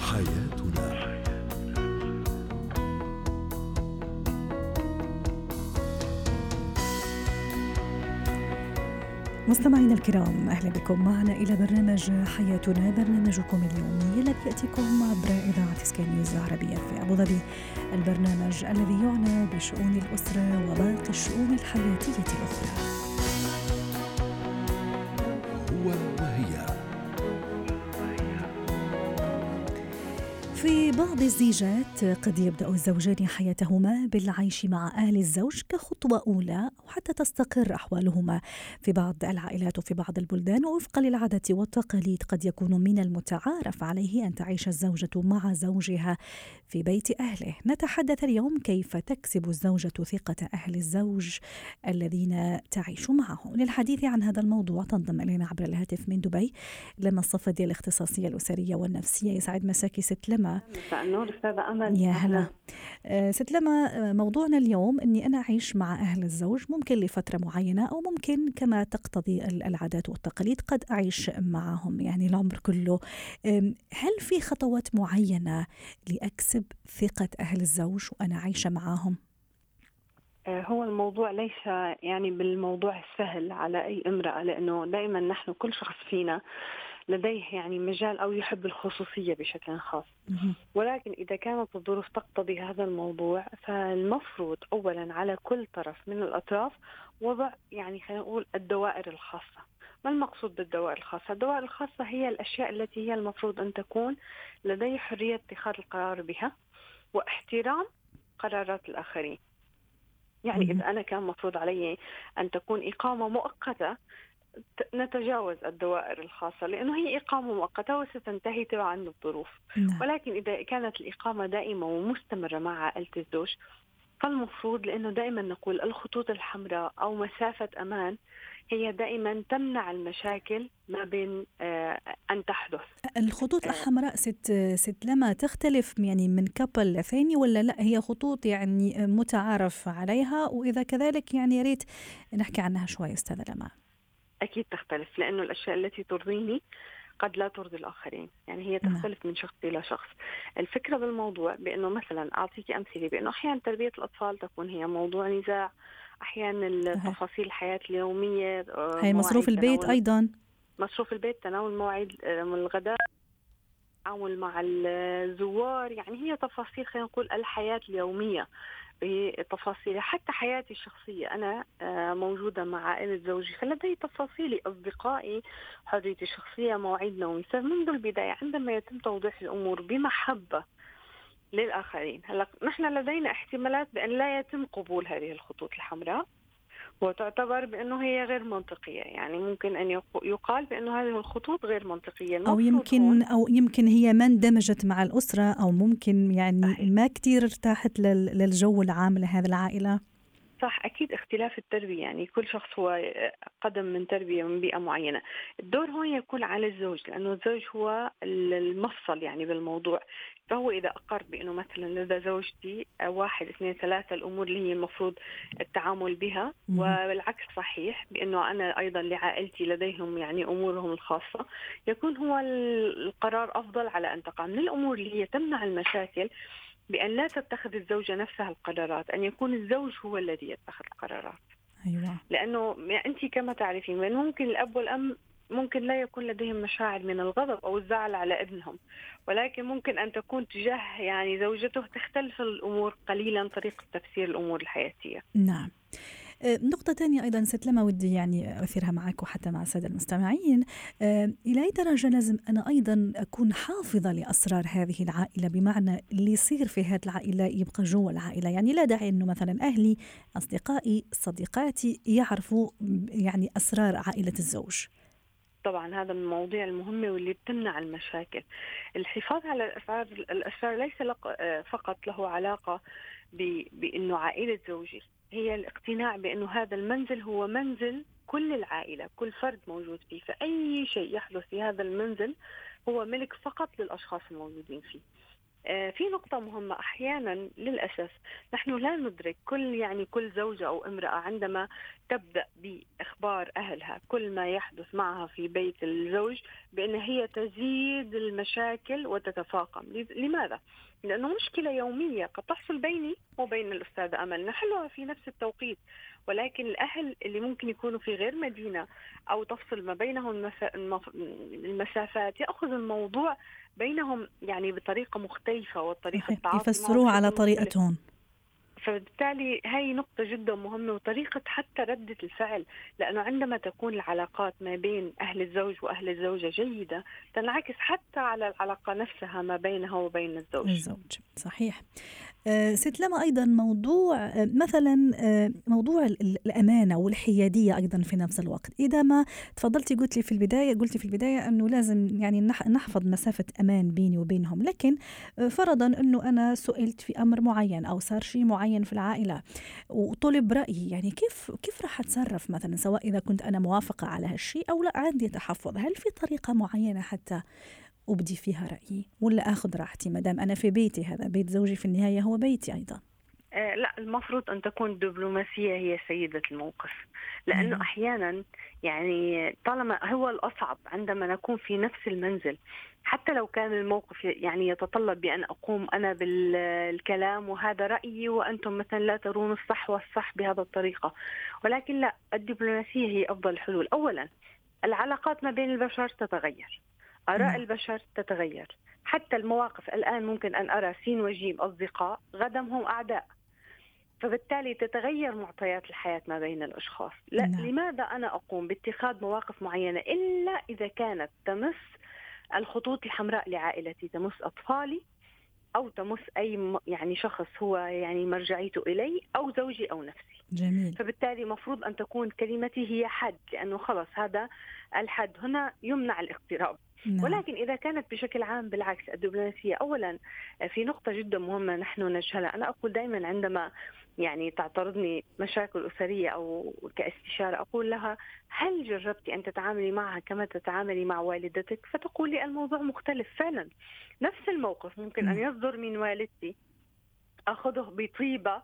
حياتنا. مستمعينا الكرام، أهلا بكم معنا إلى برنامج حياتنا، برنامجكم اليومي الذي يأتيكم عبر إذاعة سكاي نيوز العربية في أبو ظبي، البرنامج الذي يعنى بشؤون الأسرة وباقي الشؤون الحياتية الأخرى. هو وهي. في بعض الزيجات قد يبدأ الزوجان حياتهما بالعيش مع أهل الزوج كخطوة أولى وحتى تستقر أحوالهما. في بعض العائلات وفي بعض البلدان وفقا للعادات والتقاليد قد يكون من المتعارف عليه أن تعيش الزوجة مع زوجها في بيت أهله. نتحدث اليوم كيف تكسب الزوجة ثقة أهل الزوج الذين تعيش معهم. للحديث عن هذا الموضوع تنضم إلينا عبر الهاتف من دبي لما الصفدي الاختصاصية الأسرية والنفسية. يسعد مساكي ست لما. مساء النور أستاذة أمل. يا هلا. ست لما، موضوعنا اليوم أني أنا أعيش مع أهل الزوج ممكن لفترة معينة أو ممكن كما تقتضي العادات والتقاليد قد أعيش معهم يعني العمر كله. هل في خطوات معينة لأكسب ثقة أهل الزوج وأنا عايشة معهم؟ هو الموضوع ليس يعني بالموضوع السهل على أي امرأة، لأنه دائما نحن كل شخص فينا لديه يعني مجال أو يحب الخصوصية بشكل خاص، ولكن إذا كانت الظروف تقتضي هذا الموضوع فالمفروض أولا على كل طرف من الأطراف وضع يعني خلينا نقول الدوائر الخاصة. ما المقصود بالدوائر الخاصة؟ الدوائر الخاصة هي الأشياء التي هي المفروض أن تكون لدي حرية اتخاذ القرار بها واحترام قرارات الآخرين. يعني إذا أنا كان مفروض علي أن تكون إقامة مؤقتة نتجاوز الدوائر الخاصة لأنه هي إقامة مؤقتة وستنتهي تبعا للظروف. ولكن إذا كانت الإقامة دائمة ومستمرة مع عائلة الزوج فالمفروض، لأنه دائما نقول الخطوط الحمراء أو مسافة أمان هي دائما تمنع المشاكل ما بين أن تحدث. الخطوط الحمراء ست لما تختلف يعني من كابل لثاني ولا لا هي خطوط يعني متعارف عليها؟ وإذا كذلك يعني يا ريت نحكي عنها شوي أستاذة لما. أكيد تختلف، لأنه الأشياء التي ترضيني قد لا ترضي الآخرين، يعني هي تختلف من شخص إلى شخص. الفكرة بالموضوع بأنه مثلا أعطيك أمثلة بأنه أحيانا تربية الأطفال تكون هي موضوع نزاع، أحيانا التفاصيل الحياة اليومية، هي مصروف البيت أيضا، مصروف البيت، تناول مواعيد الغداء، التعامل مع الزوار، يعني هي تفاصيل خلينا نقول الحياة اليومية بتفاصيل. حتى حياتي الشخصية أنا موجودة مع عائلة زوجي فلدي تفاصيلي، أصدقائي، حريتي الشخصية، مواعيد نومي. فمنذ البداية عندما يتم توضيح الأمور بمحبة للآخرين، هلا نحن لدينا احتمالات بأن لا يتم قبول هذه الخطوط الحمراء وتعتبر بأنه هي غير منطقية. يعني ممكن أن يقال بأنه هذه الخطوط غير منطقية، أو يمكن هي ما اندمجت مع الأسرة، أو ممكن يعني ما كتير ارتاحت للجو العام لهذه العائلة. صح، أكيد اختلاف التربية، يعني كل شخص هو قدم من تربية من بيئة معينة. الدور هون يكون على الزوج، لأنه الزوج هو المفصل يعني بالموضوع. فهو إذا أقر بأنه مثلا لدى زوجتي 1 2 3 الأمور اللي هي المفروض التعامل بها، والعكس صحيح بأنه أنا أيضا لعائلتي لديهم يعني أمورهم الخاصة، يكون هو القرار أفضل على أن تقع من الأمور اللي هي تمنع المشاكل بأن لا تتخذ الزوجة نفسها القرارات، أن يكون الزوج هو الذي يتخذ القرارات. أيوة. لأنه أنت كما تعرفين ممكن الأب والأم ممكن لا يكون لديهم مشاعر من الغضب أو الزعل على ابنهم، ولكن ممكن أن تكون تجاه يعني زوجته تختلف الأمور قليلا طريقة تفسير الأمور الحياتية. نعم. نقطة تانية أيضا ست لما ودي يعني أثيرها معك وحتى مع السادة المستمعين، إلى أي درجة لازم أنا أيضا أكون حافظة لأسرار هذه العائلة، بمعنى اللي يصير في هذه العائلة يبقى جوا العائلة، يعني لا داعي أنه مثلا أهلي، أصدقائي، صديقاتي يعرفوا يعني أسرار عائلة الزوج. طبعا هذا من المواضيع المهمة واللي بتمنع المشاكل. الحفاظ على الأسرار ليس فقط له علاقة بأنه عائلة زوجي، هي الاقتناع بأنه هذا المنزل هو منزل كل العائلة، كل فرد موجود فيه، فأي شيء يحدث في هذا المنزل هو ملك فقط للأشخاص الموجودين فيه. في نقطة مهمة، أحيانا للأسف نحن لا ندرك كل زوجة أو امرأة عندما تبدأ بإخبار أهلها كل ما يحدث معها في بيت الزوج بأن هي تزيد المشاكل وتتفاقم. لماذا؟ لأنه مشكلة يومية قد تحصل بيني وبين الأستاذة أمل نحلها في نفس التوقيت، ولكن الأهل اللي ممكن يكونوا في غير مدينة أو تفصل ما بينهم المسافات يأخذ الموضوع بينهم يعني بطريقة مختلفة، والطريقة التعاطي يفسروه على طريقتهم. فبالتالي هاي نقطة جدا مهمة، وطريقة حتى ردة الفعل، لأنه عندما تكون العلاقات ما بين أهل الزوج وأهل الزوجة جيدة تنعكس حتى على العلاقة نفسها ما بينها وبين الزوج. صحيح. ست لما أيضا موضوع مثلا موضوع الأمانة والحيادية أيضا في نفس الوقت. إذا ما تفضلتي قلتي في البداية أنه لازم يعني نحفظ مسافة أمان بيني وبينهم، لكن فرضا أنه أنا سئلت في أمر معين أو صار شيء معين في العائلة وطلب رأيي، يعني كيف راح أتصرف مثلا، سواء إذا كنت أنا موافقة على هالشيء أو لا عندي تحفظ؟ هل في طريقة معينة حتى أبدي فيها رأيي ولا أخذ راحتي مدام أنا في بيتي؟ هذا بيت زوجي في النهاية هو بيتي أيضا. لا، المفروض أن تكون الدبلوماسية هي سيدة الموقف، لأنه أحيانا يعني طالما هو الأصعب عندما نكون في نفس المنزل، حتى لو كان الموقف يعني يتطلب بأن أقوم أنا بالكلام وهذا رأيي وأنتم مثلا لا ترون الصح والصح بهذا الطريقة، ولكن لا، الدبلوماسية هي أفضل الحلول. أولا العلاقات ما بين البشر تتغير، آراء البشر تتغير، حتى المواقف الآن ممكن أن أرى سين وجيم أصدقاء غدا هم أعداء، فبالتالي تتغير معطيات الحياة ما بين الأشخاص. لا، لماذا أنا أقوم باتخاذ مواقف معينة إلا إذا كانت تمس الخطوط الحمراء لعائلتي، تمس أطفالي أو تمس أي يعني شخص هو يعني مرجعيته إلي أو زوجي أو نفسي. جميل. فبالتالي مفروض أن تكون كلمتي هي حد، لأنه خلص هذا الحد هنا يمنع الاقتراب. ولكن إذا كانت بشكل عام بالعكس، الدبلوماسية أولا في نقطة جدا مهمة نحن نجهلها. أنا أقول دائما عندما يعني تعترضني مشاكل أسرية أو كاستشارة أقول لها هل جربتي أن تتعاملي معها كما تتعاملي مع والدتك؟ فتقول لي الموضوع مختلف. فعلا نفس الموقف ممكن أن يصدر من والدتي أخذه بطيبة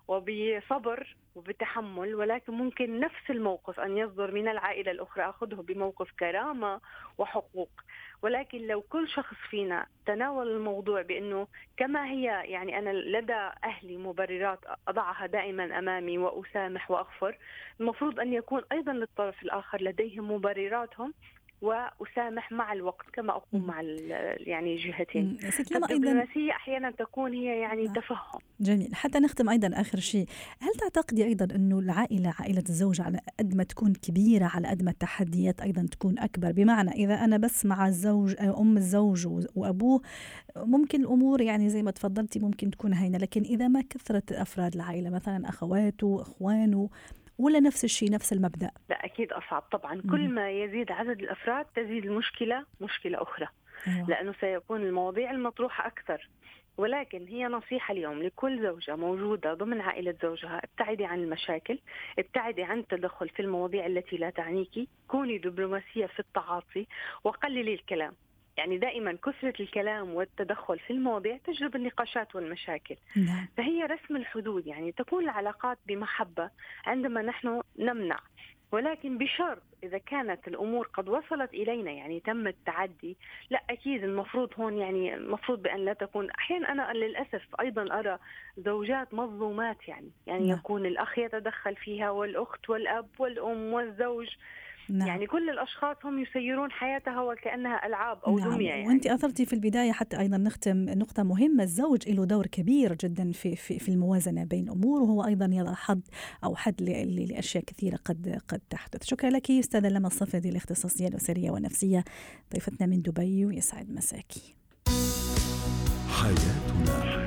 وبصبر وبتحمل، ولكن ممكن نفس الموقف أن يصدر من العائلة الأخرى أخذه بموقف كرامة وحقوق. ولكن لو كل شخص فينا تناول الموضوع بأنه كما هي، يعني أنا لدى أهلي مبررات أضعها دائما أمامي وأسامح وأغفر، المفروض أن يكون أيضا للطرف الآخر لديهم مبرراتهم وأسامح مع الوقت كما أقوم مع يعني جهتين. الدبلوماسية أحيانا تكون هي يعني تفهم. جميل. حتى نختم أيضا آخر شيء، هل تعتقدي أيضا أنه عائلة الزوج على قد ما تكون كبيرة على قد ما التحديات أيضا تكون أكبر؟ بمعنى إذا أنا بس مع الزوج أم الزوج وأبوه ممكن الأمور يعني زي ما تفضلتي ممكن تكون هينة، لكن إذا ما كثرت أفراد العائلة مثلا أخواته أخوانه ولا نفس الشيء نفس المبدأ؟ لا، أكيد أصعب طبعا. كل ما يزيد عدد الأفراد تزيد المشكلة مشكلة أخرى. لأنه سيكون المواضيع المطروحة أكثر. ولكن هي نصيحة اليوم لكل زوجة موجودة ضمن عائلة زوجها: ابتعدي عن المشاكل، ابتعدي عن التدخل في المواضيع التي لا تعنيكي، كوني دبلوماسية في التعاطي وقللي الكلام. يعني دائما كثرة الكلام والتدخل في المواضيع تجلب النقاشات والمشاكل. فهي رسم الحدود، يعني تكون العلاقات بمحبة عندما نحن نمنع، ولكن بشرط إذا كانت الأمور قد وصلت إلينا يعني تم التعدي، لا أكيد المفروض هون يعني المفروض بأن لا تكون. أحيانا أنا للأسف أيضا أرى زوجات مظلومات، يعني يكون الأخ يتدخل فيها والأخت والأب والأم والزوج. يعني كل الأشخاص هم يسيرون حياتها وكأنها ألعاب أو دمية. يعني وأنت أثرتي في البداية حتى أيضا نختم نقطة مهمة: الزوج له دور كبير جدا في الموازنة بين أمور، وهو أيضا يضع حد لأشياء كثيرة قد تحدث. شكرا لك أستاذة لما الصفدي، الاختصاصية الأسرية والنفسية، ضيفتنا من دبي، ويسعد مساكي. حياتنا.